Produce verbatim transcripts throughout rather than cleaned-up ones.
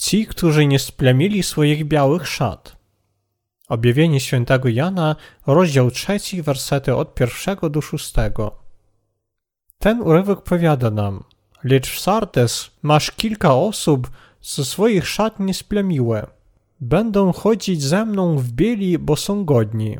ci, którzy nie splamili swoich białych szat. Objawienie świętego Jana, rozdział trzeci, wersety od pierwszego do szóstego. Ten urywek powiada nam: lecz w Sardes masz kilka osób, co swoich szat nie splamiły. Będą chodzić ze mną w bieli, bo są godni.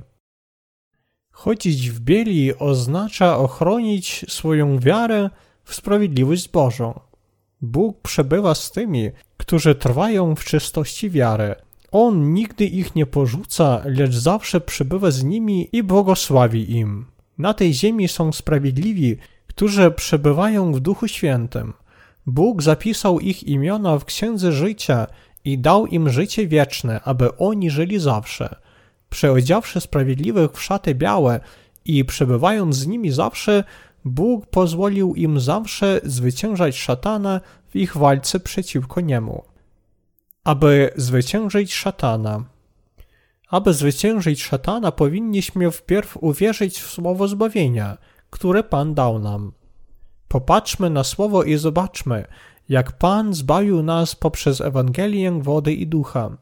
Chodzić w bieli oznacza ochronić swoją wiarę w sprawiedliwość Bożą. Bóg przebywa z tymi, którzy trwają w czystości wiary. On nigdy ich nie porzuca, lecz zawsze przebywa z nimi i błogosławi im. Na tej ziemi są sprawiedliwi, którzy przebywają w Duchu Świętym. Bóg zapisał ich imiona w Księdze Życia i dał im życie wieczne, aby oni żyli zawsze. Przeodziawszy sprawiedliwych w szaty białe i przebywając z nimi zawsze, Bóg pozwolił im zawsze zwyciężać szatana w ich walce przeciwko niemu. Aby zwyciężyć szatana. Aby zwyciężyć szatana, powinniśmy wpierw uwierzyć w słowo zbawienia, które Pan dał nam. Popatrzmy na słowo i zobaczmy, jak Pan zbawił nas poprzez Ewangelię wody i ducha.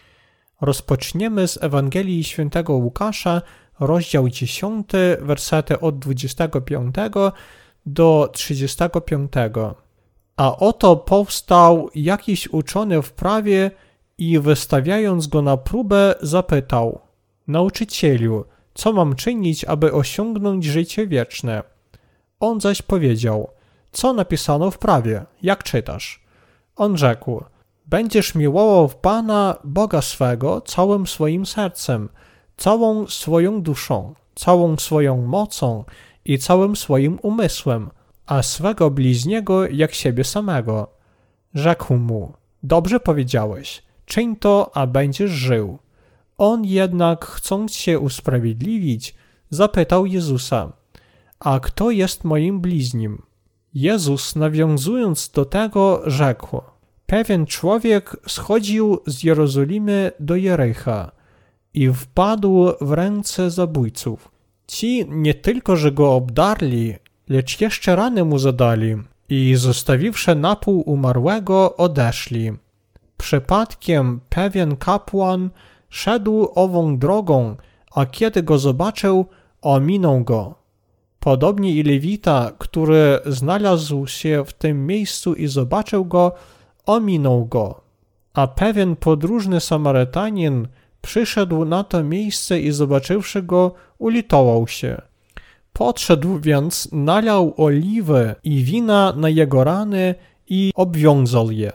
Rozpoczniemy z Ewangelii świętego Łukasza, rozdział dziesiąty, wersety od dwudziestego piątego do trzydziestego piątego. A oto powstał jakiś uczony w prawie i wystawiając go na próbę zapytał: Nauczycielu, co mam czynić, aby osiągnąć życie wieczne? On zaś powiedział: co napisano w prawie, jak czytasz? On rzekł: będziesz miłował Pana, Boga swego, całym swoim sercem, całą swoją duszą, całą swoją mocą i całym swoim umysłem, a swego bliźniego jak siebie samego. Rzekł mu: dobrze powiedziałeś, czyń to, a będziesz żył. On jednak, chcąc się usprawiedliwić, zapytał Jezusa: a kto jest moim bliźnim? Jezus, nawiązując do tego, rzekł: pewien człowiek schodził z Jerozolimy do Jericha i wpadł w ręce zabójców. Ci nie tylko, że go obdarli, lecz jeszcze rany mu zadali i zostawiwszy na pół umarłego, odeszli. Przypadkiem pewien kapłan szedł ową drogą, a kiedy go zobaczył, ominął go. Podobnie i Lewita, który znalazł się w tym miejscu i zobaczył go, ominął go. A pewien podróżny Samarytanin przyszedł na to miejsce i zobaczywszy go, ulitował się. Podszedł więc, nalał oliwy i wina na jego rany i obwiązał je.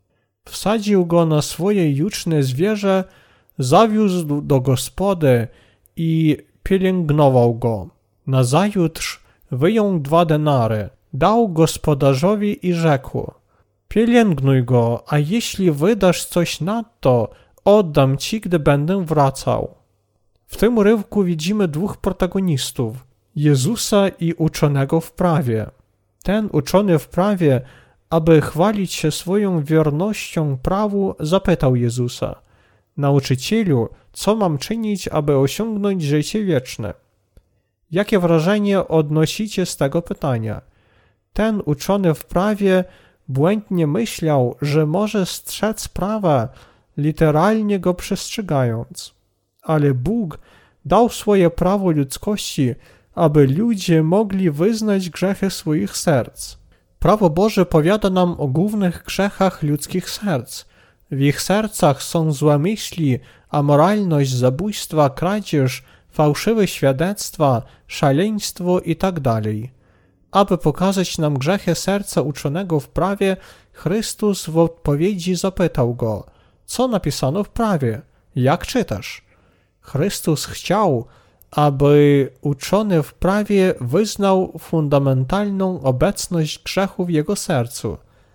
Wsadził go na swoje juczne zwierzę, zawiózł do gospody i pielęgnował go. Nazajutrz wyjął dwa denary, dał gospodarzowi i rzekł: pielęgnuj go, a jeśli wydasz coś nadto, oddam ci, gdy będę wracał. W tym urywku widzimy dwóch protagonistów, Jezusa i uczonego w prawie. Ten uczony w prawie, aby chwalić się swoją wiernością prawu, zapytał Jezusa: nauczycielu, co mam czynić, aby osiągnąć życie wieczne? Jakie wrażenie odnosicie z tego pytania? Ten uczony w prawie błędnie myślał, że może strzec prawa, literalnie go przestrzegając. Ale Bóg dał swoje prawo ludzkości, aby ludzie mogli wyznać grzechy swoich serc. Prawo Boże powiada nam o głównych grzechach ludzkich serc. W ich sercach są złe myśli, amoralność, zabójstwa, kradzież, fałszywe świadectwa, szaleństwo itd. Aby pokazać nam grzechy serca uczonego w prawie, Chrystus w odpowiedzi zapytał go: co napisano w prawie? Jak czytasz? Chrystus chciał, aby uczony w prawie wyznał fundamentalną obecność grzechu w jego sercu.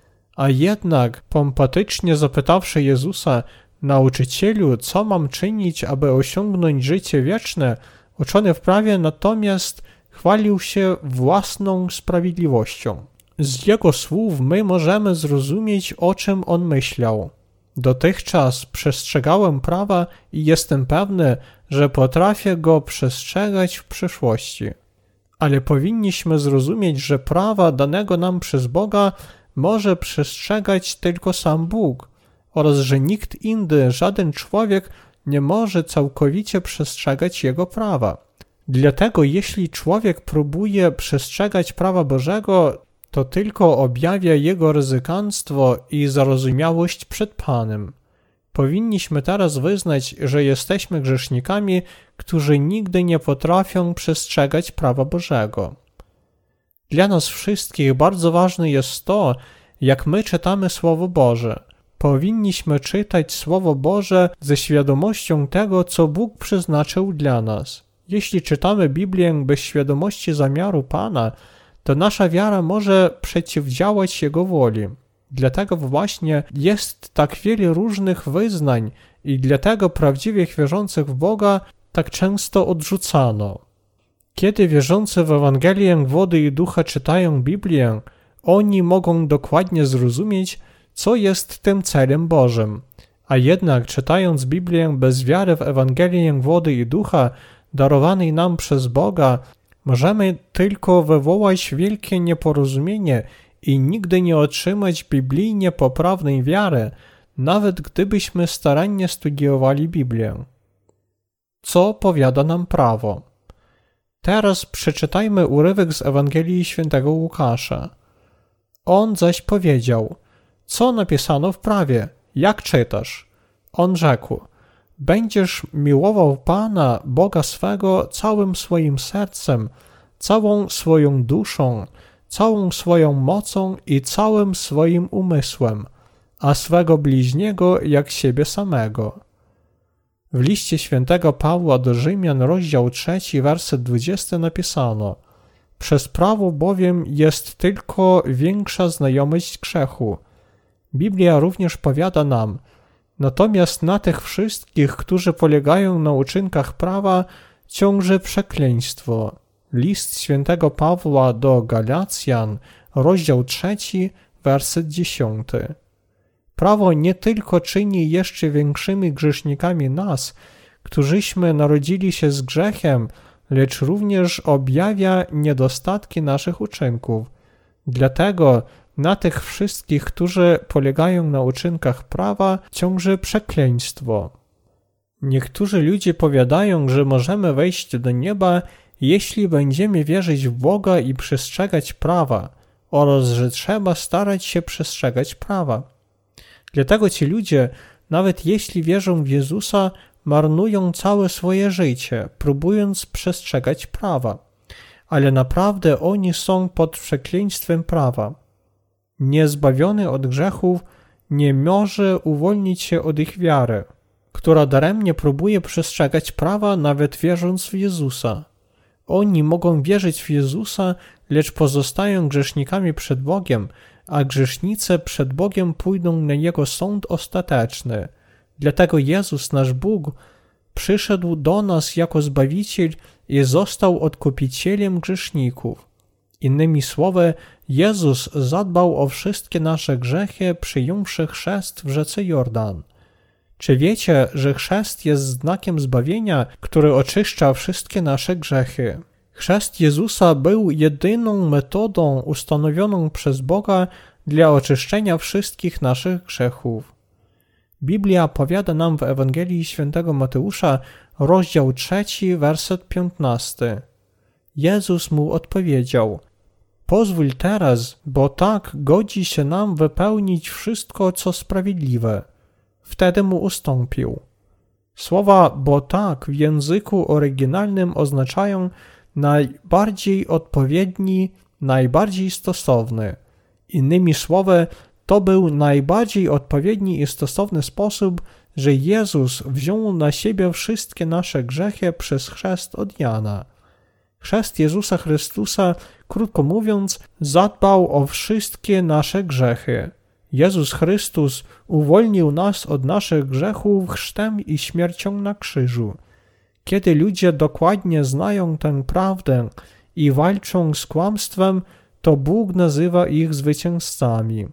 A jednak, pompatycznie zapytawszy Jezusa: nauczycielu, co mam czynić, aby osiągnąć życie wieczne, uczony w prawie natomiast chwalił się własną sprawiedliwością. Z jego słów my możemy zrozumieć, o czym on myślał. Dotychczas przestrzegałem prawa i jestem pewny, że potrafię go przestrzegać w przyszłości. Ale powinniśmy zrozumieć, że prawa danego nam przez Boga może przestrzegać tylko sam Bóg. oraz że nikt inny, żaden człowiek nie może całkowicie przestrzegać Jego prawa. Dlatego jeśli człowiek próbuje przestrzegać prawa Bożego, to tylko objawia jego ryzykanstwo i zarozumiałość przed Panem. Powinniśmy teraz wyznać, że jesteśmy grzesznikami, którzy nigdy nie potrafią przestrzegać prawa Bożego. Dla nas wszystkich bardzo ważne jest to, jak my czytamy Słowo Boże. Powinniśmy czytać Słowo Boże ze świadomością tego, co Bóg przeznaczył dla nas. Jeśli czytamy Biblię bez świadomości zamiaru Pana, to nasza wiara może przeciwdziałać Jego woli. Dlatego właśnie jest tak wiele różnych wyznań i dlatego prawdziwie wierzących w Boga tak często odrzucano. Kiedy wierzący w Ewangelię wody i ducha czytają Biblię, oni mogą dokładnie zrozumieć, co jest tym celem Bożym. A jednak czytając Biblię bez wiary w Ewangelię wody i ducha darowanej nam przez Boga, możemy tylko wywołać wielkie nieporozumienie i nigdy nie otrzymać biblijnie poprawnej wiary, nawet gdybyśmy starannie studiowali Biblię. Co powiada nam prawo? Teraz przeczytajmy urywek z Ewangelii Świętego Łukasza. On zaś powiedział: co napisano w prawie? Jak czytasz? On rzekł: będziesz miłował Pana, Boga swego, całym swoim sercem, całą swoją duszą, całą swoją mocą i całym swoim umysłem, a swego bliźniego jak siebie samego. W liście świętego Pawła do Rzymian, rozdział trzeci, werset dwudziesty napisano: przez prawo bowiem jest tylko większa znajomość grzechu. Biblia również powiada nam: natomiast na tych wszystkich, którzy polegają na uczynkach prawa, ciąży przekleństwo. List świętego Pawła do Galacjan, rozdział trzeci, werset dziesiąty. Prawo nie tylko czyni jeszcze większymi grzesznikami nas, którzyśmy narodzili się z grzechem, lecz również objawia niedostatki naszych uczynków. Dlatego na tych wszystkich, którzy polegają na uczynkach prawa, ciąży przekleństwo. Niektórzy ludzie powiadają, że możemy wejść do nieba, jeśli będziemy wierzyć w Boga i przestrzegać prawa, oraz że trzeba starać się przestrzegać prawa. Dlatego ci ludzie, nawet jeśli wierzą w Jezusa, marnują całe swoje życie, próbując przestrzegać prawa. Ale naprawdę oni są pod przekleństwem prawa. Niezbawiony od grzechów nie może uwolnić się od ich wiary, która daremnie próbuje przestrzegać prawa, nawet wierząc w Jezusa. Oni mogą wierzyć w Jezusa, lecz pozostają grzesznikami przed Bogiem, a grzesznicy przed Bogiem pójdą na Jego sąd ostateczny. Dlatego Jezus, nasz Bóg, przyszedł do nas jako Zbawiciel i został odkupicielem grzeszników. Innymi słowy, Jezus zadbał o wszystkie nasze grzechy, przyjąwszy chrzest w rzece Jordan. Czy wiecie, że chrzest jest znakiem zbawienia, który oczyszcza wszystkie nasze grzechy? Chrzest Jezusa był jedyną metodą ustanowioną przez Boga dla oczyszczenia wszystkich naszych grzechów. Biblia powiada nam w Ewangelii Świętego Mateusza, rozdział trzeci, werset piętnasty. Jezus mu odpowiedział: pozwól teraz, bo tak godzi się nam wypełnić wszystko, co sprawiedliwe. Wtedy mu ustąpił. Słowa bo tak w języku oryginalnym oznaczają najbardziej odpowiedni, najbardziej stosowny. Innymi słowy, to był najbardziej odpowiedni i stosowny sposób, że Jezus wziął na siebie wszystkie nasze grzechy przez chrzest od Jana. Chrzest Jezusa Chrystusa, krótko mówiąc, zadbał o wszystkie nasze grzechy. Jezus Chrystus uwolnił nas od naszych grzechów chrztem i śmiercią na krzyżu. Kiedy ludzie dokładnie znają tę prawdę i walczą z kłamstwem, to Bóg nazywa ich zwycięzcami.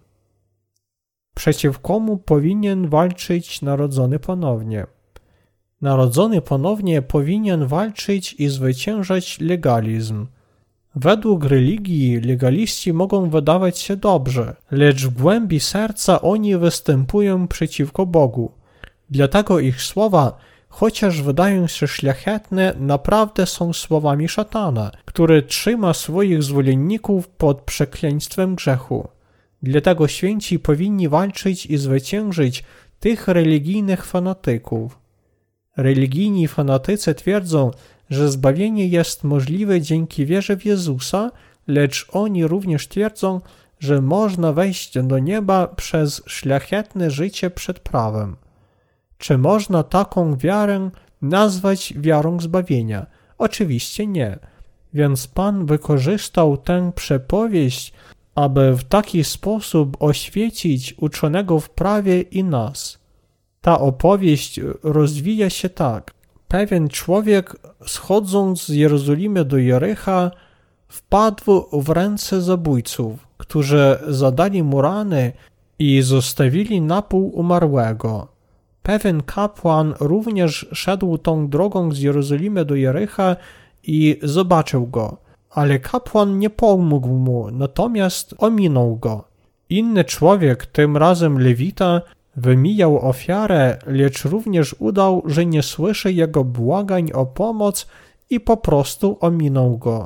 Przeciw komu powinien walczyć narodzony ponownie? Narodzony ponownie powinien walczyć i zwyciężać legalizm. Według religii legaliści mogą wydawać się dobrze, lecz w głębi serca oni występują przeciwko Bogu. Dlatego ich słowa, chociaż wydają się szlachetne, naprawdę są słowami szatana, który trzyma swoich zwolenników pod przekleństwem grzechu. Dlatego święci powinni walczyć i zwyciężyć tych religijnych fanatyków. Religijni fanatycy twierdzą, że zbawienie jest możliwe dzięki wierze w Jezusa, lecz oni również twierdzą, że można wejść do nieba przez szlachetne życie przed prawem. Czy można taką wiarę nazwać wiarą zbawienia? Oczywiście nie. Więc Pan wykorzystał tę przypowieść, aby w taki sposób oświecić uczonego w prawie i nas. Ta opowieść rozwija się tak. Pewien człowiek, schodząc z Jerozolimy do Jericha, wpadł w ręce zabójców, którzy zadali mu rany i zostawili na pół umarłego. Pewien kapłan również szedł tą drogą z Jerozolimy do Jericha i zobaczył go, ale kapłan nie pomógł mu, natomiast ominął go. Inny człowiek, tym razem Lewita, wymijał ofiarę, lecz również udał, że nie słyszy jego błagań o pomoc i po prostu ominął go.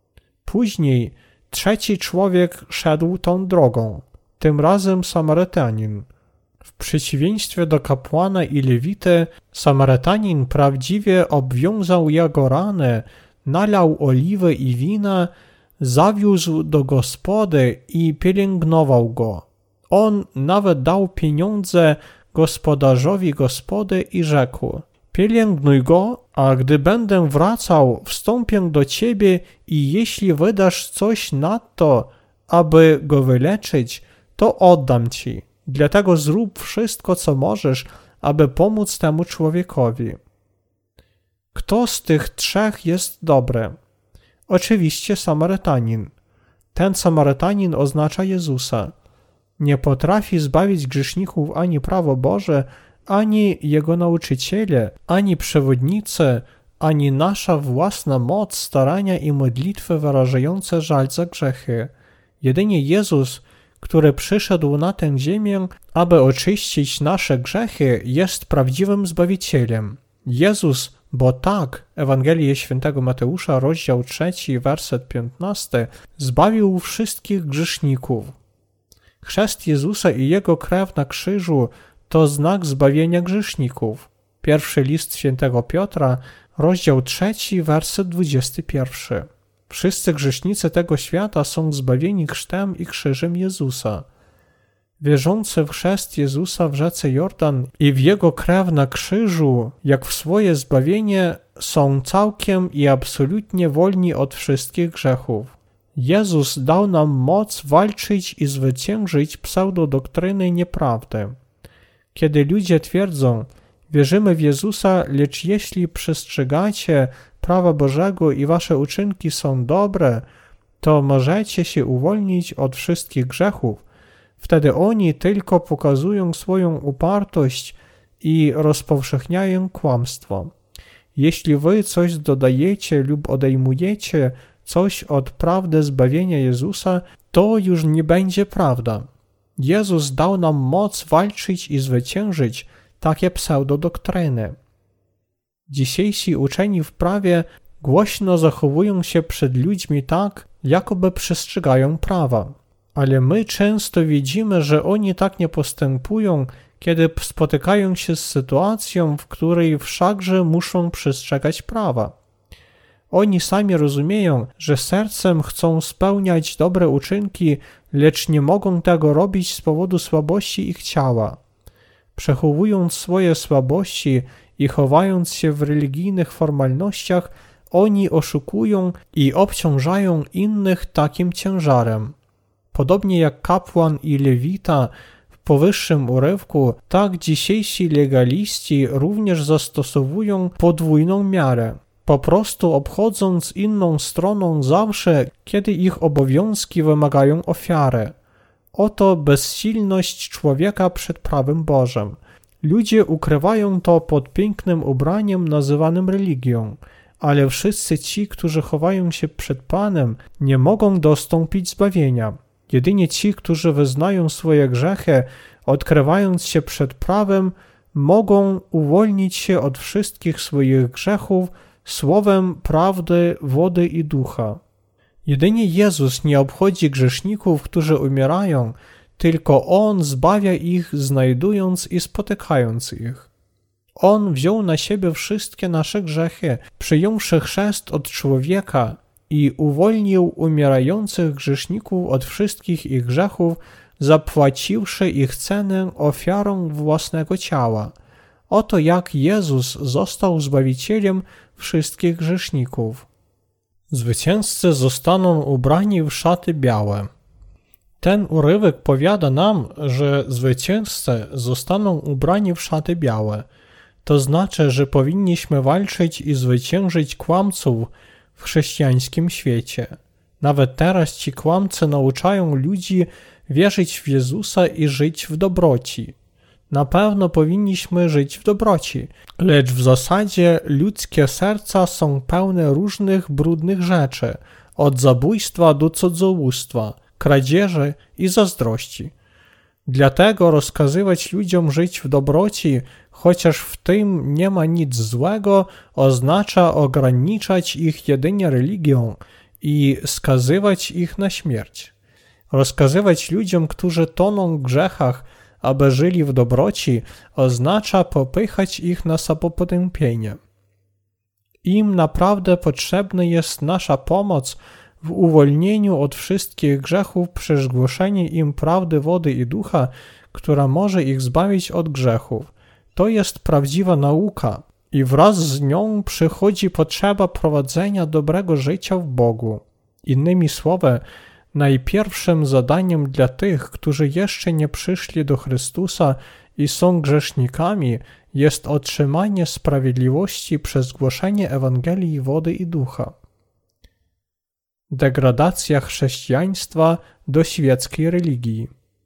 Później trzeci człowiek szedł tą drogą, tym razem Samarytanin. W przeciwieństwie do kapłana i Lewity, Samarytanin prawdziwie obwiązał jego rany, nalał oliwy i wina, zawiózł do gospody i pielęgnował go. On nawet dał pieniądze gospodarzowi gospody i rzekł: pielęgnuj go, a gdy będę wracał, wstąpię do ciebie i jeśli wydasz coś na to, aby go wyleczyć, to oddam ci. Dlatego zrób wszystko, co możesz, aby pomóc temu człowiekowi. Kto z tych trzech jest dobry? Oczywiście Samarytanin. Ten Samarytanin oznacza Jezusa. Nie potrafi zbawić grzeszników ani prawo Boże, ani Jego nauczyciele, ani przewodnicy, ani nasza własna moc, starania i modlitwy wyrażające żal za grzechy. Jedynie Jezus, który przyszedł na tę ziemię, aby oczyścić nasze grzechy, jest prawdziwym Zbawicielem. Jezus, bo tak, Ewangelię Świętego Mateusza, rozdział trzeci, werset piętnasty, zbawił wszystkich grzeszników. Chrzest Jezusa i Jego krew na krzyżu to znak zbawienia grzeszników. Pierwszy list Świętego Piotra, rozdział trzeci, werset dwudziesty pierwszy. Wszyscy grzesznicy tego świata są zbawieni chrztem i krzyżem Jezusa. Wierzący w chrzest Jezusa w rzece Jordan i w Jego krew na krzyżu, jak w swoje zbawienie, są całkiem i absolutnie wolni od wszystkich grzechów. Jezus dał nam moc walczyć i zwyciężyć pseudodoktryny nieprawdy. Kiedy ludzie twierdzą: wierzymy w Jezusa, lecz jeśli przestrzegacie prawa Bożego i wasze uczynki są dobre, to możecie się uwolnić od wszystkich grzechów. Wtedy oni tylko pokazują swoją upartość i rozpowszechniają kłamstwo. Jeśli wy coś dodajecie lub odejmujecie coś od prawdy zbawienia Jezusa, to już nie będzie prawda. Jezus dał nam moc walczyć i zwyciężyć takie pseudodoktryny. Dzisiejsi uczeni w prawie głośno zachowują się przed ludźmi tak, jakoby przestrzegają prawa. Ale my często widzimy, że oni tak nie postępują, kiedy spotykają się z sytuacją, w której wszakże muszą przestrzegać prawa. Oni sami rozumieją, że sercem chcą spełniać dobre uczynki, lecz nie mogą tego robić z powodu słabości ich ciała. Przechowując swoje słabości i chowając się w religijnych formalnościach, oni oszukują i obciążają innych takim ciężarem. Podobnie jak kapłan i lewita w powyższym urywku, tak dzisiejsi legaliści również zastosowują podwójną miarę, po prostu obchodząc inną stroną zawsze, kiedy ich obowiązki wymagają ofiary. Oto bezsilność człowieka przed prawem Bożym. Ludzie ukrywają to pod pięknym ubraniem nazywanym religią, ale wszyscy ci, którzy chowają się przed Panem, nie mogą dostąpić zbawienia. Jedynie ci, którzy wyznają swoje grzechy, odkrywając się przed prawem, mogą uwolnić się od wszystkich swoich grzechów słowem prawdy, wody i ducha. Jedynie Jezus nie obchodzi grzeszników, którzy umierają, tylko On zbawia ich, znajdując i spotykając ich. On wziął na siebie wszystkie nasze grzechy, przyjąwszy chrzest od człowieka i uwolnił umierających grzeszników od wszystkich ich grzechów, zapłaciwszy ich cenę ofiarą własnego ciała. Oto jak Jezus został Zbawicielem wszystkich grzeszników. Zwycięzcy zostaną ubrani w szaty białe. Ten urywek powiada nam, że zwycięzcy zostaną ubrani w szaty białe. To znaczy, że powinniśmy walczyć i zwyciężyć kłamców w chrześcijańskim świecie. Nawet teraz ci kłamcy nauczają ludzi wierzyć w Jezusa i żyć w dobroci. Na pewno powinniśmy żyć w dobroci, lecz w zasadzie ludzkie serca są pełne różnych brudnych rzeczy, od zabójstwa do cudzołóstwa, kradzieży i zazdrości. Dlatego rozkazywać ludziom żyć w dobroci, chociaż w tym nie ma nic złego, oznacza ograniczać ich jedynie religią i skazywać ich na śmierć. Rozkazywać ludziom, którzy toną w grzechach, aby żyli w dobroci, oznacza popychać ich na samopotępienie. Im naprawdę potrzebna jest nasza pomoc w uwolnieniu od wszystkich grzechów przez głoszenie im prawdy, wody i ducha, która może ich zbawić od grzechów. To jest prawdziwa nauka i wraz z nią przychodzi potrzeba prowadzenia dobrego życia w Bogu. Innymi słowy, najpierwszym zadaniem dla tych, którzy jeszcze nie przyszli do Chrystusa i są grzesznikami, jest otrzymanie sprawiedliwości przez głoszenie Ewangelii wody i ducha. Degradacja chrześcijaństwa do świeckiej religii.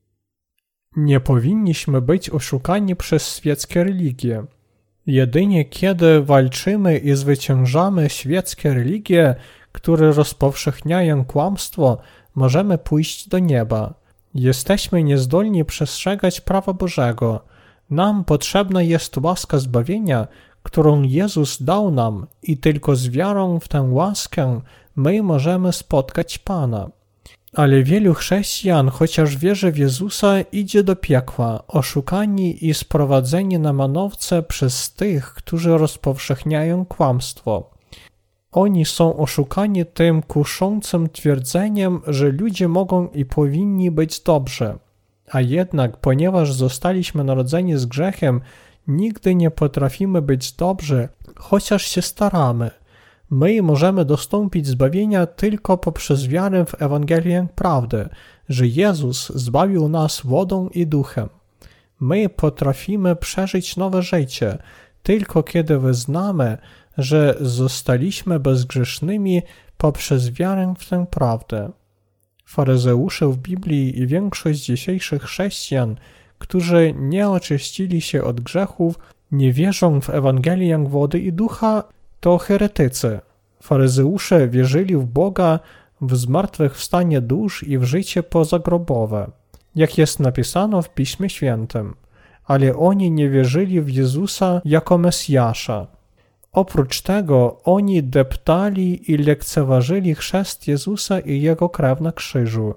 Nie powinniśmy być oszukani przez świeckie religie. Jedynie kiedy walczymy i zwyciężamy świeckie religie, które rozpowszechniają kłamstwo, możemy pójść do nieba. Jesteśmy niezdolni przestrzegać prawa Bożego. Nam potrzebna jest łaska zbawienia, którą Jezus dał nam i tylko z wiarą w tę łaskę my możemy spotkać Pana. Ale wielu chrześcijan, chociaż wierzy w Jezusa, idzie do piekła, oszukani i sprowadzeni na manowce przez tych, którzy rozpowszechniają kłamstwo. Oni są oszukani tym kuszącym twierdzeniem, że ludzie mogą i powinni być dobrzy. A jednak, ponieważ zostaliśmy narodzeni z grzechem, nigdy nie potrafimy być dobrzy, chociaż się staramy. My możemy dostąpić zbawienia tylko poprzez wiarę w Ewangelię prawdy, że Jezus zbawił nas wodą i duchem. My potrafimy przeżyć nowe życie tylko kiedy wyznamy, że zostaliśmy bezgrzesznymi poprzez wiarę w tę prawdę. Faryzeusze w Biblii i większość dzisiejszych chrześcijan, którzy nie oczyścili się od grzechów, nie wierzą w Ewangelię wody i ducha, to heretycy. Faryzeusze wierzyli w Boga, w zmartwychwstanie dusz i w życie pozagrobowe, jak jest napisano w Piśmie Świętym, ale oni nie wierzyli w Jezusa jako Mesjasza. Oprócz tego oni deptali i lekceważyli chrzest Jezusa i Jego krew na krzyżu.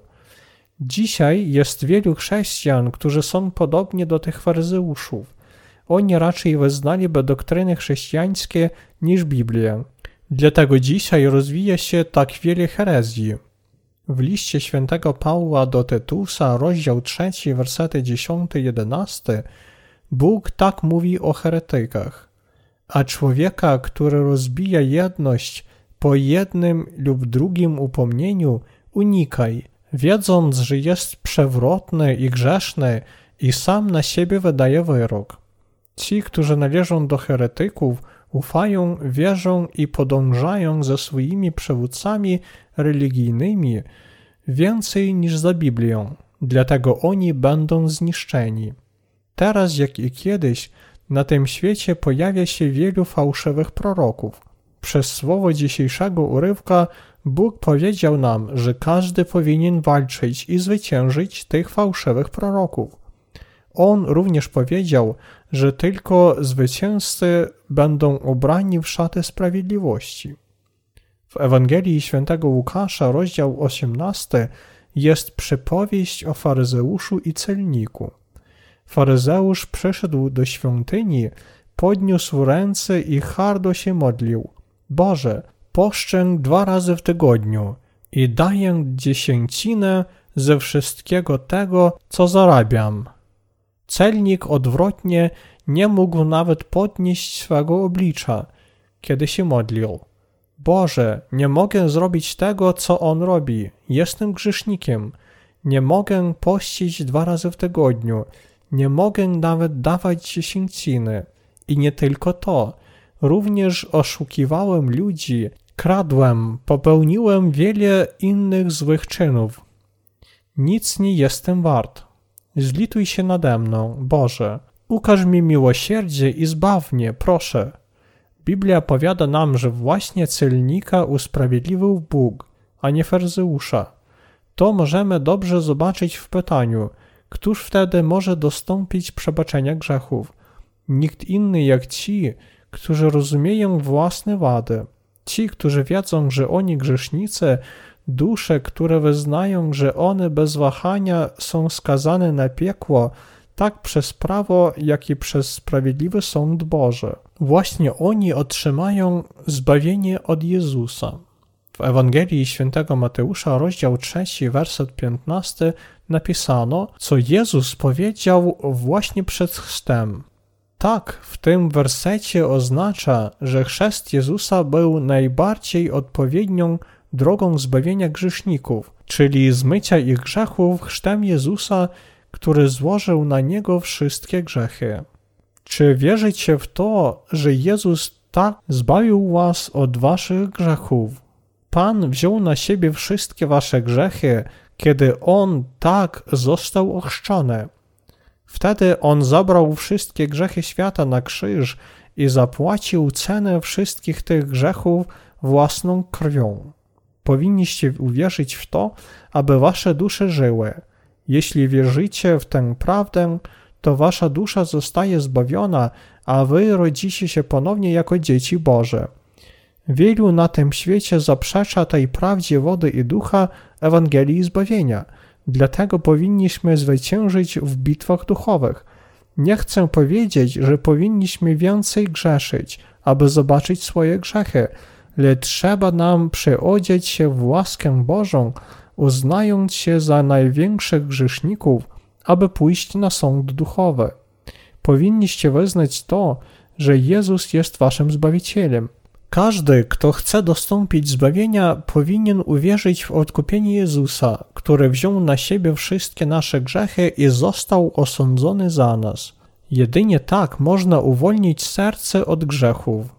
Dzisiaj jest wielu chrześcijan, którzy są podobni do tych faryzeuszów. Oni raczej wyznaliby doktryny chrześcijańskie niż Biblię. Dlatego dzisiaj rozwija się tak wiele herezji. W liście świętego Pawła do Tytusa, rozdział trzeci, wersety dziesiąty jedenasty, Bóg tak mówi o heretykach. A człowieka, który rozbija jedność po jednym lub drugim upomnieniu, unikaj, wiedząc, że jest przewrotny i grzeszny i sam na siebie wydaje wyrok. Ci, którzy należą do heretyków, ufają, wierzą i podążają za swoimi przywódcami religijnymi więcej niż za Biblią, dlatego oni będą zniszczeni. Teraz, jak i kiedyś, na tym świecie pojawia się wielu fałszywych proroków. Przez słowo dzisiejszego urywka Bóg powiedział nam, że każdy powinien walczyć i zwyciężyć tych fałszywych proroków. On również powiedział, że tylko zwycięzcy będą ubrani w szaty sprawiedliwości. W Ewangelii Świętego Łukasza, rozdział osiemnasty, jest przypowieść o faryzeuszu i celniku. Faryzeusz przyszedł do świątyni, podniósł ręce i hardo się modlił: Boże, poszczę dwa razy w tygodniu i daję dziesięcinę ze wszystkiego tego, co zarabiam. Celnik odwrotnie nie mógł nawet podnieść swego oblicza, kiedy się modlił: Boże, nie mogę zrobić tego, co on robi. Jestem grzesznikiem. Nie mogę pościć dwa razy w tygodniu. Nie mogę nawet dawać dziesięciny. I nie tylko to. Również oszukiwałem ludzi, kradłem, popełniłem wiele innych złych czynów. Nic nie jestem wart. Zlituj się nade mną, Boże. Ukaż mi miłosierdzie i zbaw mnie, proszę. Biblia powiada nam, że właśnie celnika usprawiedliwił Bóg, a nie faryzeusza. To możemy dobrze zobaczyć w pytaniu: któż wtedy może dostąpić przebaczenia grzechów? Nikt inny jak ci, którzy rozumieją własne wady. Ci, którzy wiedzą, że oni grzesznicy, dusze, które wyznają, że one bez wahania są skazane na piekło, tak przez prawo, jak i przez sprawiedliwy sąd Boży. Właśnie oni otrzymają zbawienie od Jezusa. W Ewangelii Świętego Mateusza, rozdział trzeci, werset piętnasty, napisano, co Jezus powiedział właśnie przed chrztem. Tak, w tym wersecie oznacza, że chrzest Jezusa był najbardziej odpowiednią drogą zbawienia grzeszników, czyli zmycia ich grzechów chrztem Jezusa, który złożył na Niego wszystkie grzechy. Czy wierzycie w to, że Jezus tak zbawił was od waszych grzechów? Pan wziął na siebie wszystkie wasze grzechy, kiedy On tak został ochrzczony. Wtedy On zabrał wszystkie grzechy świata na krzyż i zapłacił cenę wszystkich tych grzechów własną krwią. Powinniście uwierzyć w to, aby wasze dusze żyły. Jeśli wierzycie w tę prawdę, to wasza dusza zostaje zbawiona, a wy rodzicie się ponownie jako dzieci Boże. Wielu na tym świecie zaprzecza tej prawdzie wody i ducha Ewangelii zbawienia. Dlatego powinniśmy zwyciężyć w bitwach duchowych. Nie chcę powiedzieć, że powinniśmy więcej grzeszyć, aby zobaczyć swoje grzechy, lecz trzeba nam przyodzieć się w łaskę Bożą, uznając się za największych grzeszników, aby pójść na sąd duchowy. Powinniście wyznać to, że Jezus jest waszym Zbawicielem. Każdy, kto chce dostąpić zbawienia, powinien uwierzyć w odkupienie Jezusa, który wziął na siebie wszystkie nasze grzechy i został osądzony za nas. Jedynie tak można uwolnić serce od grzechów.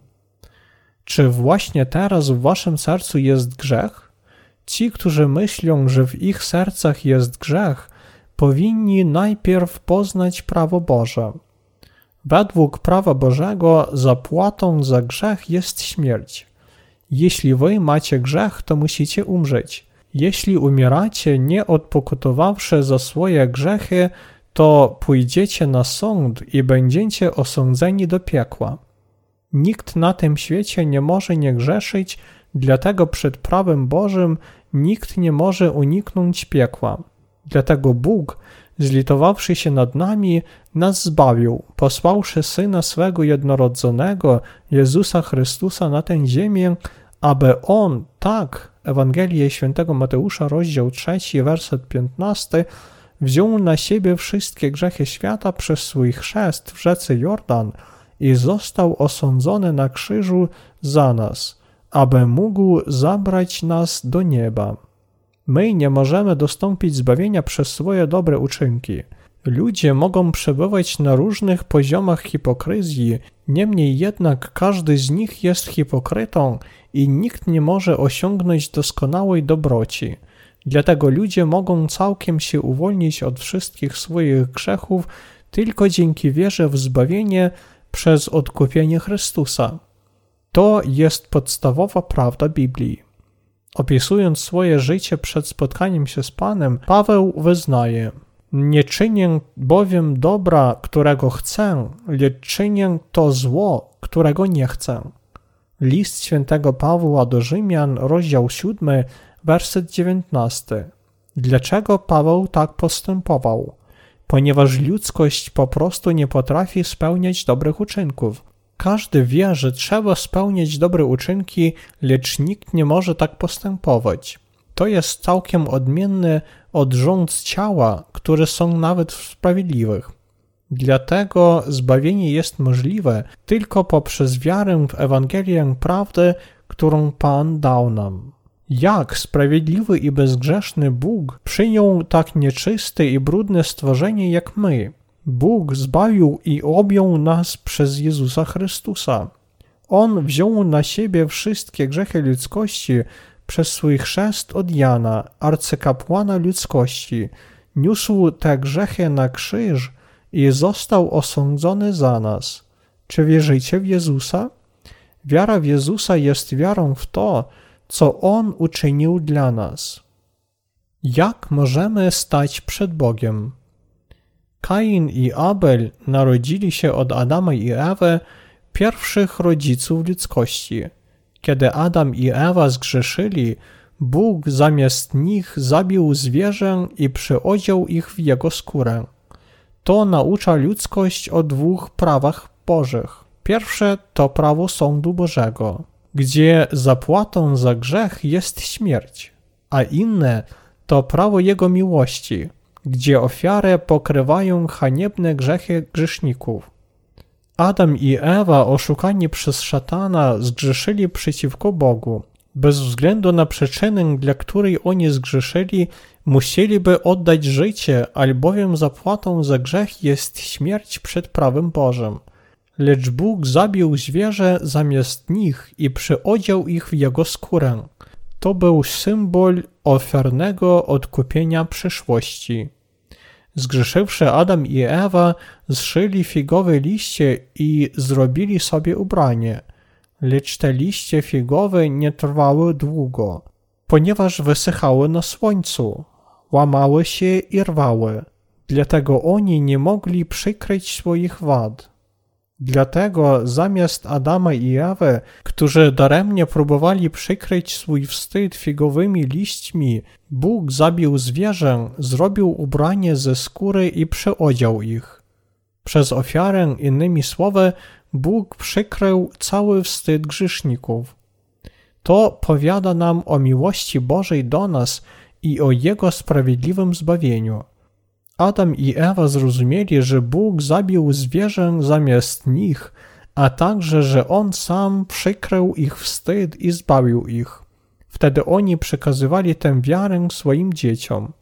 Czy właśnie teraz w waszym sercu jest grzech? Ci, którzy myślą, że w ich sercach jest grzech, powinni najpierw poznać prawo Boże. Według prawa Bożego zapłatą za grzech jest śmierć. Jeśli wy macie grzech, to musicie umrzeć. Jeśli umieracie, nie odpokutowawszy za swoje grzechy, to pójdziecie na sąd i będziecie osądzeni do piekła. Nikt na tym świecie nie może nie grzeszyć, dlatego przed prawem Bożym nikt nie może uniknąć piekła. Dlatego Bóg, zlitowawszy się nad nami, nas zbawił, posławszy Syna swego jednorodzonego, Jezusa Chrystusa na tę ziemię, aby On, tak, Ewangelię Świętego Mateusza, rozdział trzeci, werset piętnasty, wziął na siebie wszystkie grzechy świata przez swój chrzest w rzece Jordan i został osądzony na krzyżu za nas, aby mógł zabrać nas do nieba. My nie możemy dostąpić zbawienia przez swoje dobre uczynki. Ludzie mogą przebywać na różnych poziomach hipokryzji, niemniej jednak każdy z nich jest hipokrytą i nikt nie może osiągnąć doskonałej dobroci. Dlatego ludzie mogą całkiem się uwolnić od wszystkich swoich grzechów tylko dzięki wierze w zbawienie przez odkupienie Chrystusa. To jest podstawowa prawda Biblii. Opisując swoje życie przed spotkaniem się z Panem, Paweł wyznaje: nie czynię bowiem dobra, którego chcę, lecz czynię to zło, którego nie chcę. List świętego Pawła do Rzymian, rozdział siódmy, werset dziewiętnasty. Dlaczego Paweł tak postępował? Ponieważ ludzkość po prostu nie potrafi spełniać dobrych uczynków. Każdy wie, że trzeba spełniać dobre uczynki, lecz nikt nie może tak postępować. To jest całkiem odmienny od rząd ciała, które są nawet sprawiedliwych. Dlatego zbawienie jest możliwe tylko poprzez wiarę w Ewangelię prawdy, którą Pan dał nam. Jak sprawiedliwy i bezgrzeszny Bóg przyjął tak nieczyste i brudne stworzenie jak my? Bóg zbawił i objął nas przez Jezusa Chrystusa. On wziął na siebie wszystkie grzechy ludzkości przez swój chrzest od Jana, arcykapłana ludzkości. Niósł te grzechy na krzyż i został osądzony za nas. Czy wierzycie w Jezusa? Wiara w Jezusa jest wiarą w to, co On uczynił dla nas. Jak możemy stać przed Bogiem? Kain i Abel narodzili się od Adama i Ewy, pierwszych rodziców ludzkości. Kiedy Adam i Ewa zgrzeszyli, Bóg zamiast nich zabił zwierzę i przyodział ich w jego skórę. To naucza ludzkość o dwóch prawach Bożych. Pierwsze to prawo sądu Bożego, gdzie zapłatą za grzech jest śmierć, a inne to prawo Jego miłości, gdzie ofiarę pokrywają haniebne grzechy grzeszników. Adam i Ewa, oszukani przez szatana, zgrzeszyli przeciwko Bogu. Bez względu na przyczynę, dla której oni zgrzeszyli, musieliby oddać życie, albowiem zapłatą za grzech jest śmierć przed prawem Bożym. Lecz Bóg zabił zwierzę zamiast nich i przyodział ich w jego skórę. To był symbol ofiarnego odkupienia przyszłości. Zgrzeszywszy Adam i Ewa, zszyli figowe liście i zrobili sobie ubranie. Lecz te liście figowe nie trwały długo, ponieważ wysychały na słońcu, łamały się i rwały. Dlatego oni nie mogli przykryć swoich wad. Dlatego zamiast Adama i Ewy, którzy daremnie próbowali przykryć swój wstyd figowymi liśćmi, Bóg zabił zwierzę, zrobił ubranie ze skóry i przyodział ich. Przez ofiarę, innymi słowy, Bóg przykrył cały wstyd grzeszników. To powiada nam o miłości Bożej do nas i o Jego sprawiedliwym zbawieniu. Adam i Ewa zrozumieli, że Bóg zabił zwierzę zamiast nich, a także, że On sam przykrył ich wstyd i zbawił ich. Wtedy oni przekazywali tę wiarę swoim dzieciom.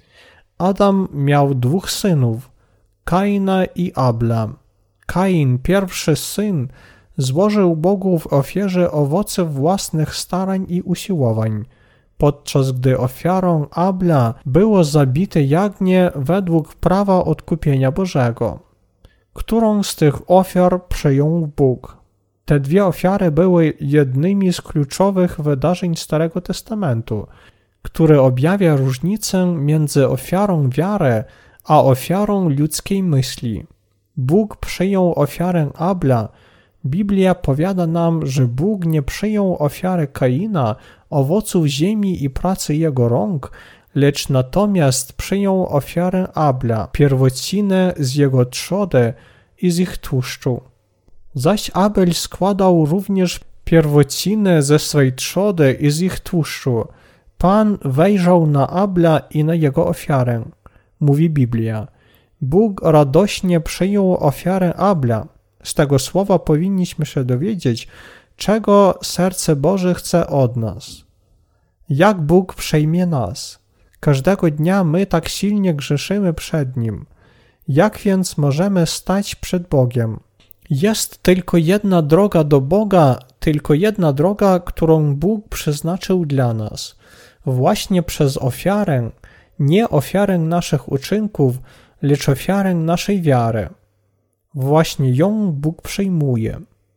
Adam miał dwóch synów, Kaina i Abla. Kain, pierwszy syn, złożył Bogu w ofierze owoce własnych starań i usiłowań, podczas gdy ofiarą Abla było zabite jagnię według prawa odkupienia Bożego. Którą z tych ofiar przyjął Bóg? Te dwie ofiary były jednymi z kluczowych wydarzeń Starego Testamentu, które objawia różnicę między ofiarą wiary a ofiarą ludzkiej myśli. Bóg przyjął ofiarę Abla. Biblia powiada nam, że Bóg nie przyjął ofiary Kaina, owoców ziemi i pracy jego rąk, lecz natomiast przyjął ofiarę Abla, pierwocinę z jego trzody i z ich tłuszczu. Zaś Abel składał również pierwocinę ze swej trzody i z ich tłuszczu. Pan wejrzał na Abla i na jego ofiarę, mówi Biblia. Bóg radośnie przyjął ofiarę Abla. Z tego słowa powinniśmy się dowiedzieć, czego serce Boże chce od nas. Jak Bóg przejmie nas? Każdego dnia my tak silnie grzeszymy przed Nim. Jak więc możemy stać przed Bogiem? Jest tylko jedna droga do Boga, tylko jedna droga, którą Bóg przeznaczył dla nas. Właśnie przez ofiarę, nie ofiarę naszych uczynków, lecz ofiarę naszej wiary. Właśnie ją Bóg przyjmuje.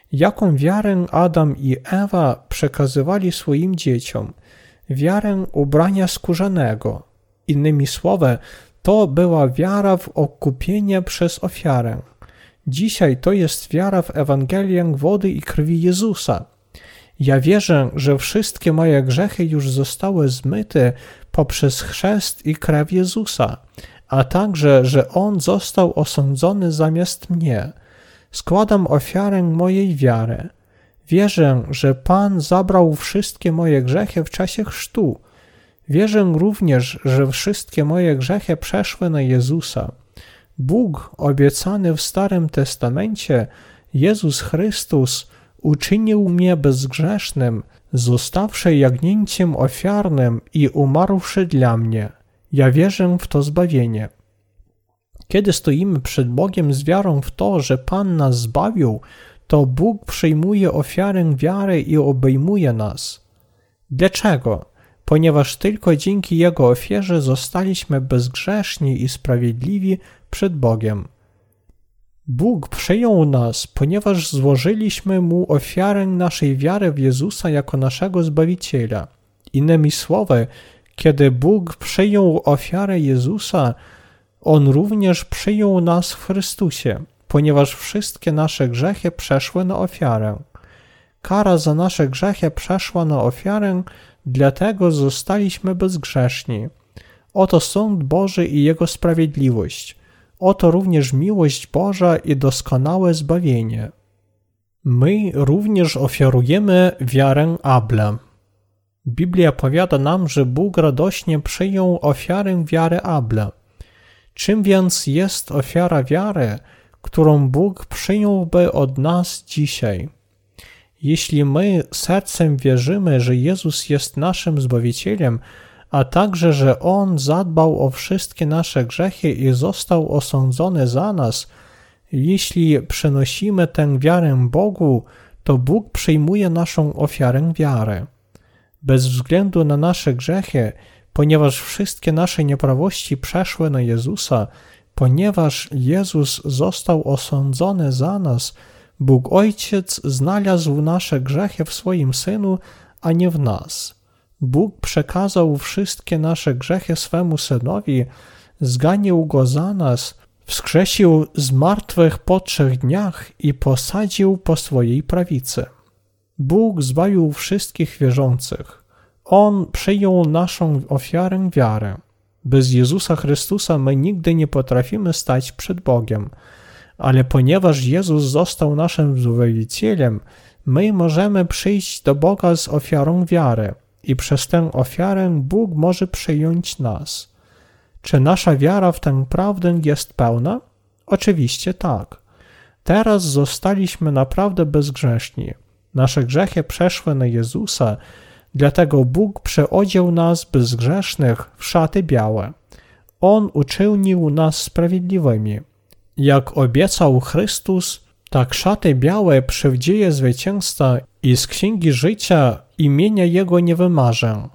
Jaką wiarę Adam i Ewa przekazywali swoim dzieciom? Wiarę ubrania skórzanego. Innymi słowy, to była wiara w odkupienie przez ofiarę. Dzisiaj to jest wiara w Ewangelię wody i krwi Jezusa. Ja wierzę, że wszystkie moje grzechy już zostały zmyte poprzez chrzest i krew Jezusa, a także, że On został osądzony zamiast mnie. Składam ofiarę mojej wiary. Wierzę, że Pan zabrał wszystkie moje grzechy w czasie chrztu. Wierzę również, że wszystkie moje grzechy przeszły na Jezusa. Bóg obiecany w Starym Testamencie, Jezus Chrystus, uczynił mnie bezgrzesznym, zostawszy jagnięciem ofiarnym i umarłszy dla mnie. Ja wierzę w to zbawienie. Kiedy stoimy przed Bogiem z wiarą w to, że Pan nas zbawił, to Bóg przyjmuje ofiarę wiary i obejmuje nas. Dlaczego? Ponieważ tylko dzięki Jego ofierze zostaliśmy bezgrzeszni i sprawiedliwi przed Bogiem. Bóg przyjął nas, ponieważ złożyliśmy Mu ofiarę naszej wiary w Jezusa jako naszego Zbawiciela. Innymi słowy, kiedy Bóg przyjął ofiarę Jezusa, On również przyjął nas w Chrystusie, ponieważ wszystkie nasze grzechy przeszły na ofiarę. Kara za nasze grzechy przeszła na ofiarę, dlatego zostaliśmy bezgrzeszni. Oto sąd Boży i Jego sprawiedliwość. Oto również miłość Boża i doskonałe zbawienie. My również ofiarujemy wiarę Abla. Biblia powiada nam, że Bóg radośnie przyjął ofiarę wiary Abla. Czym więc jest ofiara wiary, którą Bóg przyjąłby od nas dzisiaj? Jeśli my sercem wierzymy, że Jezus jest naszym Zbawicielem, a także, że On zadbał o wszystkie nasze grzechy i został osądzony za nas, jeśli przynosimy tę wiarę Bogu, to Bóg przyjmuje naszą ofiarę wiary. Bez względu na nasze grzechy, ponieważ wszystkie nasze nieprawości przeszły na Jezusa, ponieważ Jezus został osądzony za nas, Bóg Ojciec znalazł nasze grzechy w swoim Synu, a nie w nas. Bóg przekazał wszystkie nasze grzechy swemu Synowi, zganił Go za nas, wskrzesił z martwych po trzech dniach i posadził po swojej prawicy. Bóg zbawił wszystkich wierzących. On przyjął naszą ofiarę wiary. Bez Jezusa Chrystusa my nigdy nie potrafimy stać przed Bogiem. Ale ponieważ Jezus został naszym Zbawicielem, my możemy przyjść do Boga z ofiarą wiary i przez tę ofiarę Bóg może przyjąć nas. Czy nasza wiara w tę prawdę jest pełna? Oczywiście tak. Teraz zostaliśmy naprawdę bezgrzeszni. Nasze grzechy przeszły na Jezusa, dlatego Bóg przeodział nas bezgrzesznych w szaty białe. On uczynił nas sprawiedliwymi. Jak obiecał Chrystus, tak szaty białe przywdzieje zwycięstwa i z księgi życia imienia Jego nie wymarzę.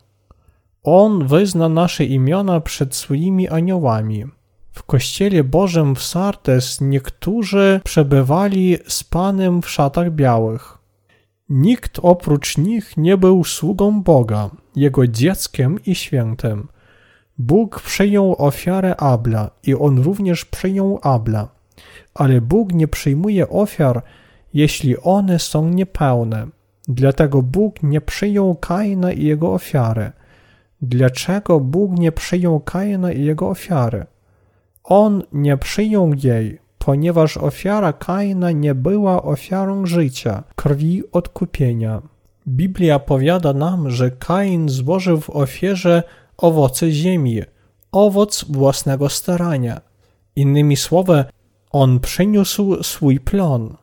On wyzna nasze imiona przed swoimi aniołami. W Kościele Bożym w Sardes niektórzy przebywali z Panem w szatach białych. Nikt oprócz nich nie był sługą Boga, Jego dzieckiem i świętym. Bóg przyjął ofiarę Abla i On również przyjął Abla. Ale Bóg nie przyjmuje ofiar, jeśli one są niepełne. Dlatego Bóg nie przyjął Kaina i jego ofiary. Dlaczego Bóg nie przyjął Kaina i jego ofiary? On nie przyjął jej, ponieważ ofiara Kaina nie była ofiarą życia, krwi odkupienia. Biblia powiada nam, że Kain złożył w ofierze owoce ziemi, owoc własnego starania. Innymi słowy, on przyniósł swój plon.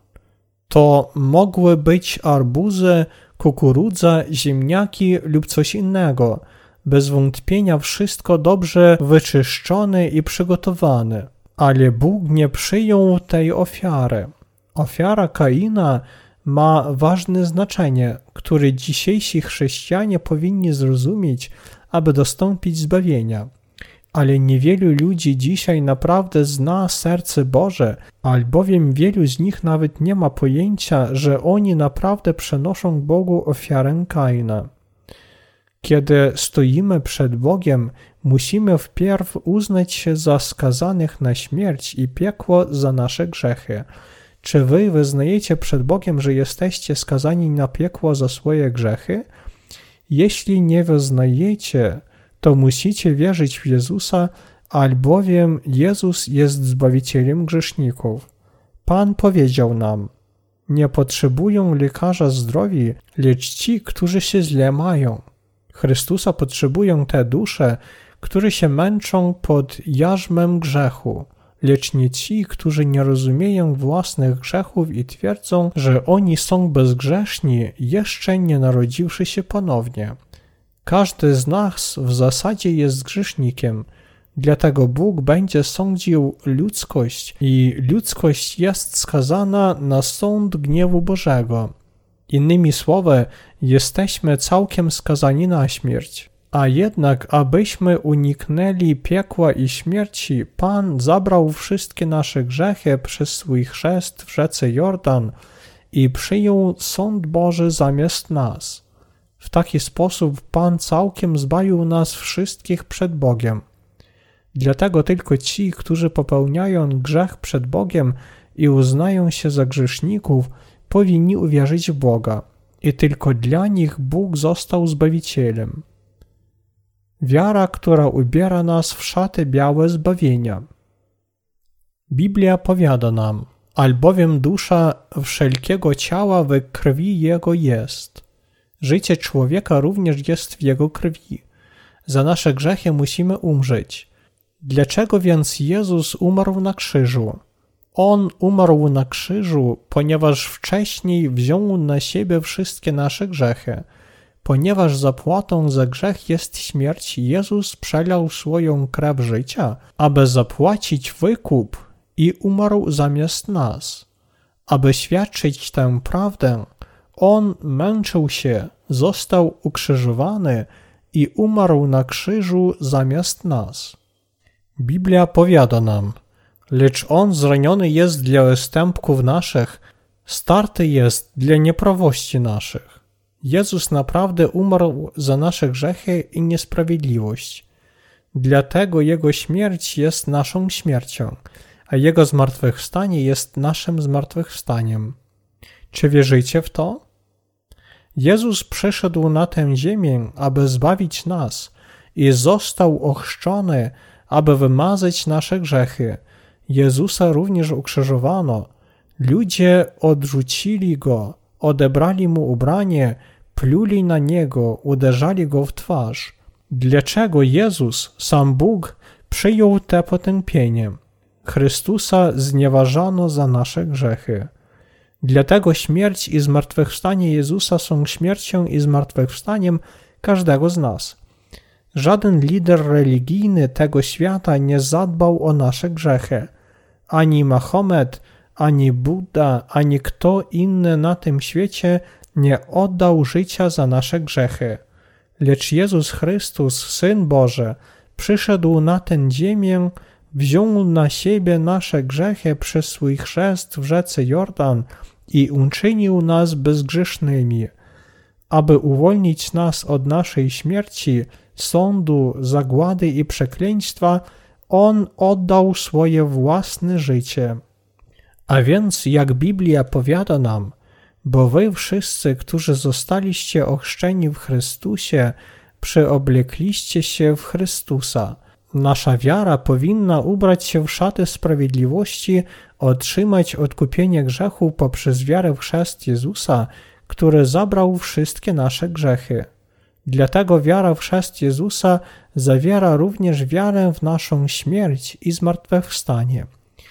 To mogły być arbuzy, kukurydza, ziemniaki lub coś innego. Bez wątpienia wszystko dobrze wyczyszczone i przygotowane. Ale Bóg nie przyjął tej ofiary. Ofiara Kaina ma ważne znaczenie, które dzisiejsi chrześcijanie powinni zrozumieć, aby dostąpić zbawienia. Ale niewielu ludzi dzisiaj naprawdę zna serce Boże, albowiem wielu z nich nawet nie ma pojęcia, że oni naprawdę przynoszą Bogu ofiarę Kaina. Kiedy stoimy przed Bogiem, musimy wpierw uznać się za skazanych na śmierć i piekło za nasze grzechy. Czy wy wyznajecie przed Bogiem, że jesteście skazani na piekło za swoje grzechy? Jeśli nie wyznajecie, to musicie wierzyć w Jezusa, albowiem Jezus jest Zbawicielem grzeszników. Pan powiedział nam: nie potrzebują lekarza zdrowi, lecz ci, którzy się źle mają. Chrystusa potrzebują te dusze, które się męczą pod jarzmem grzechu, lecz nie ci, którzy nie rozumieją własnych grzechów i twierdzą, że oni są bezgrzeszni, jeszcze nie narodziwszy się ponownie. Każdy z nas w zasadzie jest grzesznikiem, dlatego Bóg będzie sądził ludzkość i ludzkość jest skazana na sąd gniewu Bożego. Innymi słowy, jesteśmy całkiem skazani na śmierć. A jednak, abyśmy uniknęli piekła i śmierci, Pan zabrał wszystkie nasze grzechy przez swój chrzest w rzece Jordan i przyjął sąd Boży zamiast nas. W taki sposób Pan całkiem zbawił nas wszystkich przed Bogiem. Dlatego tylko ci, którzy popełniają grzech przed Bogiem i uznają się za grzeszników, powinni uwierzyć w Boga. I tylko dla nich Bóg został Zbawicielem. Wiara, która ubiera nas w szaty białe zbawienia. Biblia powiada nam: albowiem dusza wszelkiego ciała we krwi Jego jest. Życie człowieka również jest w Jego krwi. Za nasze grzechy musimy umrzeć. Dlaczego więc Jezus umarł na krzyżu? On umarł na krzyżu, ponieważ wcześniej wziął na siebie wszystkie nasze grzechy. Ponieważ zapłatą za grzech jest śmierć, Jezus przelał swoją krew życia, aby zapłacić wykup i umarł zamiast nas. Aby świadczyć tę prawdę, On męczył się, został ukrzyżowany i umarł na krzyżu zamiast nas. Biblia powiada nam: lecz On zraniony jest dla występków naszych, starty jest dla nieprawości naszych. Jezus naprawdę umarł za nasze grzechy i niesprawiedliwość. Dlatego Jego śmierć jest naszą śmiercią, a Jego zmartwychwstanie jest naszym zmartwychwstaniem. Czy wierzycie w to? Jezus przyszedł na tę ziemię, aby zbawić nas i został ochrzczony, aby wymazać nasze grzechy. Jezusa również ukrzyżowano. Ludzie odrzucili Go, odebrali Mu ubranie, pluli na Niego, uderzali Go w twarz. Dlaczego Jezus, sam Bóg, przyjął te potępienie? Chrystusa znieważano za nasze grzechy. Dlatego śmierć i zmartwychwstanie Jezusa są śmiercią i zmartwychwstaniem każdego z nas. Żaden lider religijny tego świata nie zadbał o nasze grzechy. Ani Mahomet, ani Buddha, ani kto inny na tym świecie nie oddał życia za nasze grzechy. Lecz Jezus Chrystus, Syn Boży, przyszedł na tę ziemię, wziął na siebie nasze grzechy przez swój chrzest w rzece Jordan i uczynił nas bezgrzesznymi. Aby uwolnić nas od naszej śmierci, sądu, zagłady i przekleństwa, On oddał swoje własne życie. A więc, jak Biblia powiada nam, bo wy wszyscy, którzy zostaliście ochrzczeni w Chrystusie, przyoblekliście się w Chrystusa. Nasza wiara powinna ubrać się w szaty sprawiedliwości, otrzymać odkupienie grzechu poprzez wiarę w chrzest Jezusa, który zabrał wszystkie nasze grzechy. Dlatego wiara w chrzest Jezusa zawiera również wiarę w naszą śmierć i zmartwychwstanie.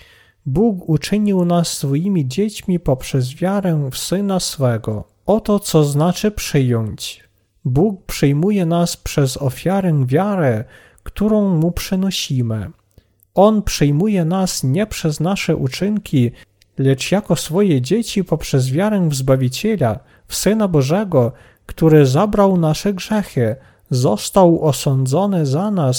Bóg uczynił nas swoimi dziećmi poprzez wiarę w Syna swego. Oto co znaczy przyjąć. Bóg przyjmuje nas przez ofiarę wiary, którą Mu przynosimy. On przyjmuje nas nie przez nasze uczynki, lecz jako swoje dzieci poprzez wiarę w Zbawiciela, w Syna Bożego, który zabrał nasze grzechy, został osądzony za nas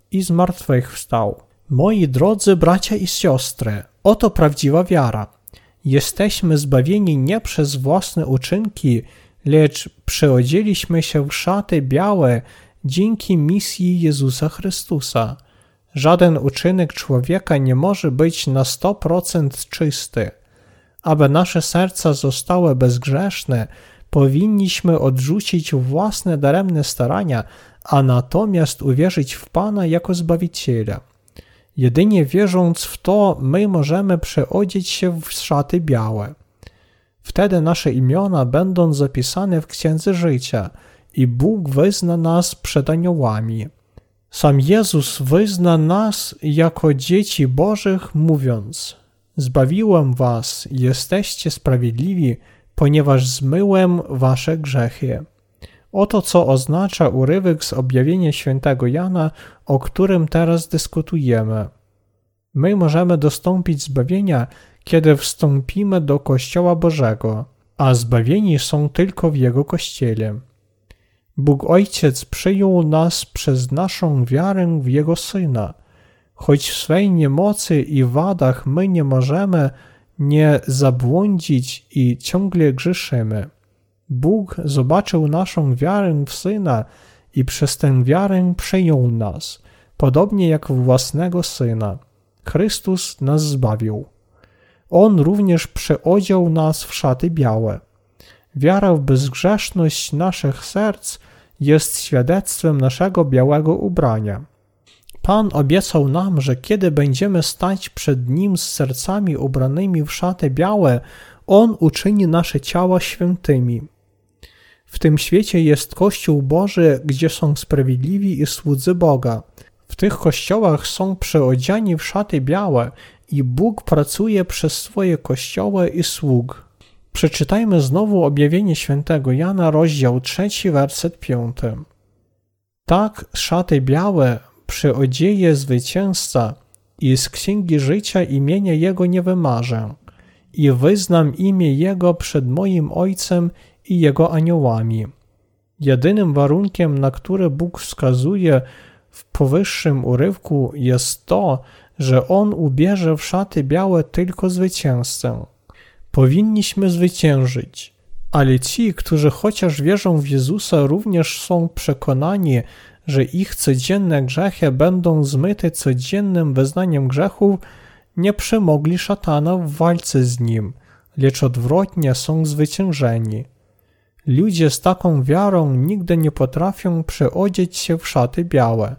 i zmartwychwstał. Moi drodzy bracia i siostry, oto prawdziwa wiara. Jesteśmy zbawieni nie przez własne uczynki, lecz przyodzieliśmy się w szaty białe dzięki misji Jezusa Chrystusa. Żaden uczynek człowieka nie może być na sto procent czysty. Aby nasze serca zostały bezgrzeszne, powinniśmy odrzucić własne daremne starania, a natomiast uwierzyć w Pana jako Zbawiciela. Jedynie wierząc w to, my możemy przeodzieć się w szaty białe. Wtedy nasze imiona będą zapisane w Księdze Życia i Bóg wyzna nas przed aniołami. Sam Jezus wyzna nas jako dzieci Bożych, mówiąc: Zbawiłem was, jesteście sprawiedliwi, ponieważ zmyłem wasze grzechy. Oto co oznacza urywek z objawienia świętego Jana, o którym teraz dyskutujemy. My możemy dostąpić zbawienia, kiedy wstąpimy do Kościoła Bożego, a zbawieni są tylko w Jego Kościele. Bóg Ojciec przyjął nas przez naszą wiarę w Jego Syna. Choć w swej niemocy i wadach my nie możemy nie zabłądzić i ciągle grzeszymy. Bóg zobaczył naszą wiarę w Syna i przez tę wiarę przyjął nas, podobnie jak własnego Syna. Chrystus nas zbawił. On również przeodział nas w szaty białe. Wiara w bezgrzeszność naszych serc jest świadectwem naszego białego ubrania. Pan obiecał nam, że kiedy będziemy stać przed Nim z sercami ubranymi w szaty białe, On uczyni nasze ciała świętymi. W tym świecie jest Kościół Boży, gdzie są sprawiedliwi i słudzy Boga. W tych kościołach są przeodziani w szaty białe i Bóg pracuje przez swoje kościoły i sług. Przeczytajmy znowu objawienie świętego Jana, rozdział trzeci, werset piąty. Tak szaty białe przyodzieje zwycięzca i z księgi życia imienia Jego nie wymarzę i wyznam imię Jego przed moim Ojcem i Jego aniołami. Jedynym warunkiem, na który Bóg wskazuje w powyższym urywku, jest to, że On ubierze w szaty białe tylko zwycięzcę. Powinniśmy zwyciężyć, ale ci, którzy chociaż wierzą w Jezusa, również są przekonani, że ich codzienne grzechy będą zmyte codziennym wyznaniem grzechów, nie przemogli szatana w walce z nim, lecz odwrotnie są zwyciężeni. Ludzie z taką wiarą nigdy nie potrafią przeodzieć się w szaty białe.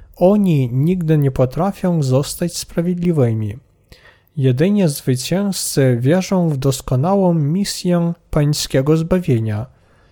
Oni nigdy nie potrafią zostać sprawiedliwymi. Jedynie zwycięzcy wierzą w doskonałą misję pańskiego zbawienia.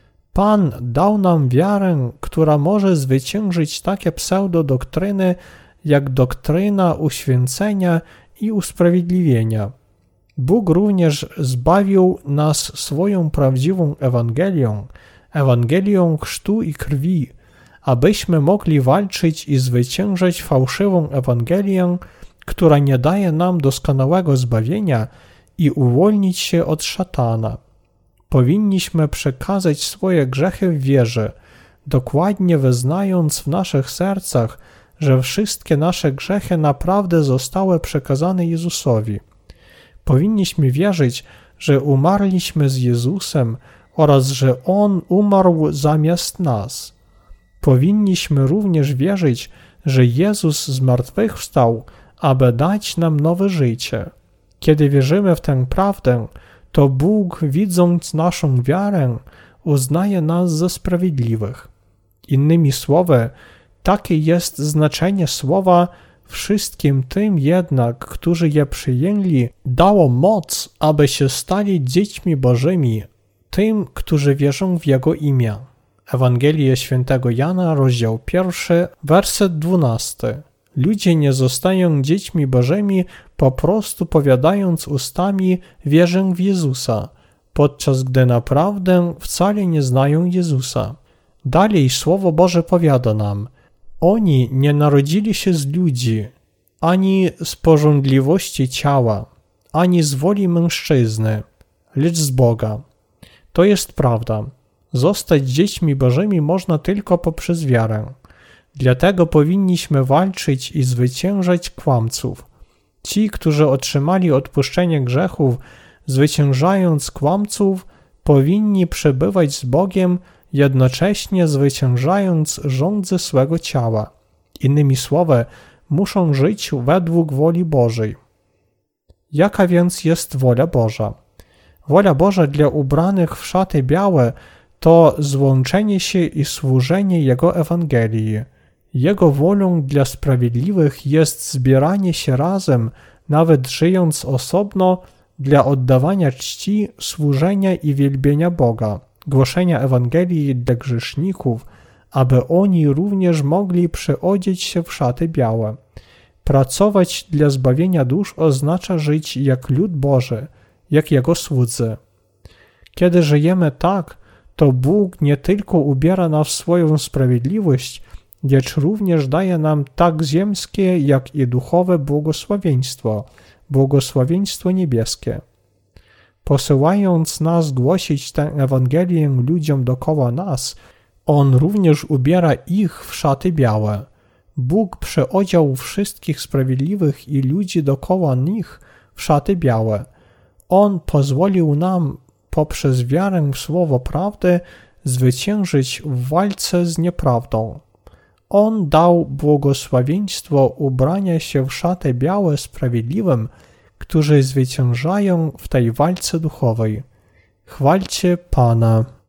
Pan dał nam wiarę, która może zwyciężyć takie pseudodoktryny, jak doktryna uświęcenia i usprawiedliwienia. Bóg również zbawił nas swoją prawdziwą Ewangelią, Ewangelią chrztu i krwi, abyśmy mogli walczyć i zwyciężyć fałszywą Ewangelię, która nie daje nam doskonałego zbawienia, i uwolnić się od szatana. Powinniśmy przekazać swoje grzechy w wierze, dokładnie wyznając w naszych sercach, że wszystkie nasze grzechy naprawdę zostały przekazane Jezusowi. Powinniśmy wierzyć, że umarliśmy z Jezusem oraz że On umarł zamiast nas. Powinniśmy również wierzyć, że Jezus zmartwychwstał, aby dać nam nowe życie. Kiedy wierzymy w tę prawdę, to Bóg, widząc naszą wiarę, uznaje nas za sprawiedliwych. Innymi słowy, takie jest znaczenie słowa: wszystkim tym jednak, którzy je przyjęli, dało moc, aby się stali dziećmi Bożymi, tym, którzy wierzą w Jego imię. Ewangelia świętego Jana, rozdział pierwszy, werset dwunasty. Ludzie nie zostają dziećmi Bożymi po prostu powiadając ustami: wierzę w Jezusa, podczas gdy naprawdę wcale nie znają Jezusa. Dalej Słowo Boże powiada nam: oni nie narodzili się z ludzi, ani z pożądliwości ciała, ani z woli mężczyzny, lecz z Boga. To jest prawda. Zostać dziećmi Bożymi można tylko poprzez wiarę. Dlatego powinniśmy walczyć i zwyciężać kłamców. Ci, którzy otrzymali odpuszczenie grzechów, zwyciężając kłamców, powinni przebywać z Bogiem, jednocześnie zwyciężając żądze swego ciała. Innymi słowy, muszą żyć według woli Bożej. Jaka więc jest wola Boża? Wola Boża dla ubranych w szaty białe to złączenie się i służenie Jego Ewangelii. Jego wolą dla sprawiedliwych jest zbieranie się razem, nawet żyjąc osobno, dla oddawania czci, służenia i wielbienia Boga, głoszenia Ewangelii dla grzeszników, aby oni również mogli przyodzieć się w szaty białe. Pracować dla zbawienia dusz oznacza żyć jak lud Boży, jak Jego słudzy. Kiedy żyjemy tak, to Bóg nie tylko ubiera nas w swoją sprawiedliwość, lecz również daje nam tak ziemskie, jak i duchowe błogosławieństwo, błogosławieństwo niebieskie. Posyłając nas głosić tę Ewangelię ludziom dookoła nas, On również ubiera ich w szaty białe. Bóg przyodział wszystkich sprawiedliwych i ludzi dookoła nich w szaty białe. On pozwolił nam poprzez wiarę w słowo prawdy zwyciężyć w walce z nieprawdą. On dał błogosławieństwo ubrania się w szaty białe sprawiedliwym, którzy zwyciężają w tej walce duchowej. Chwalcie Pana.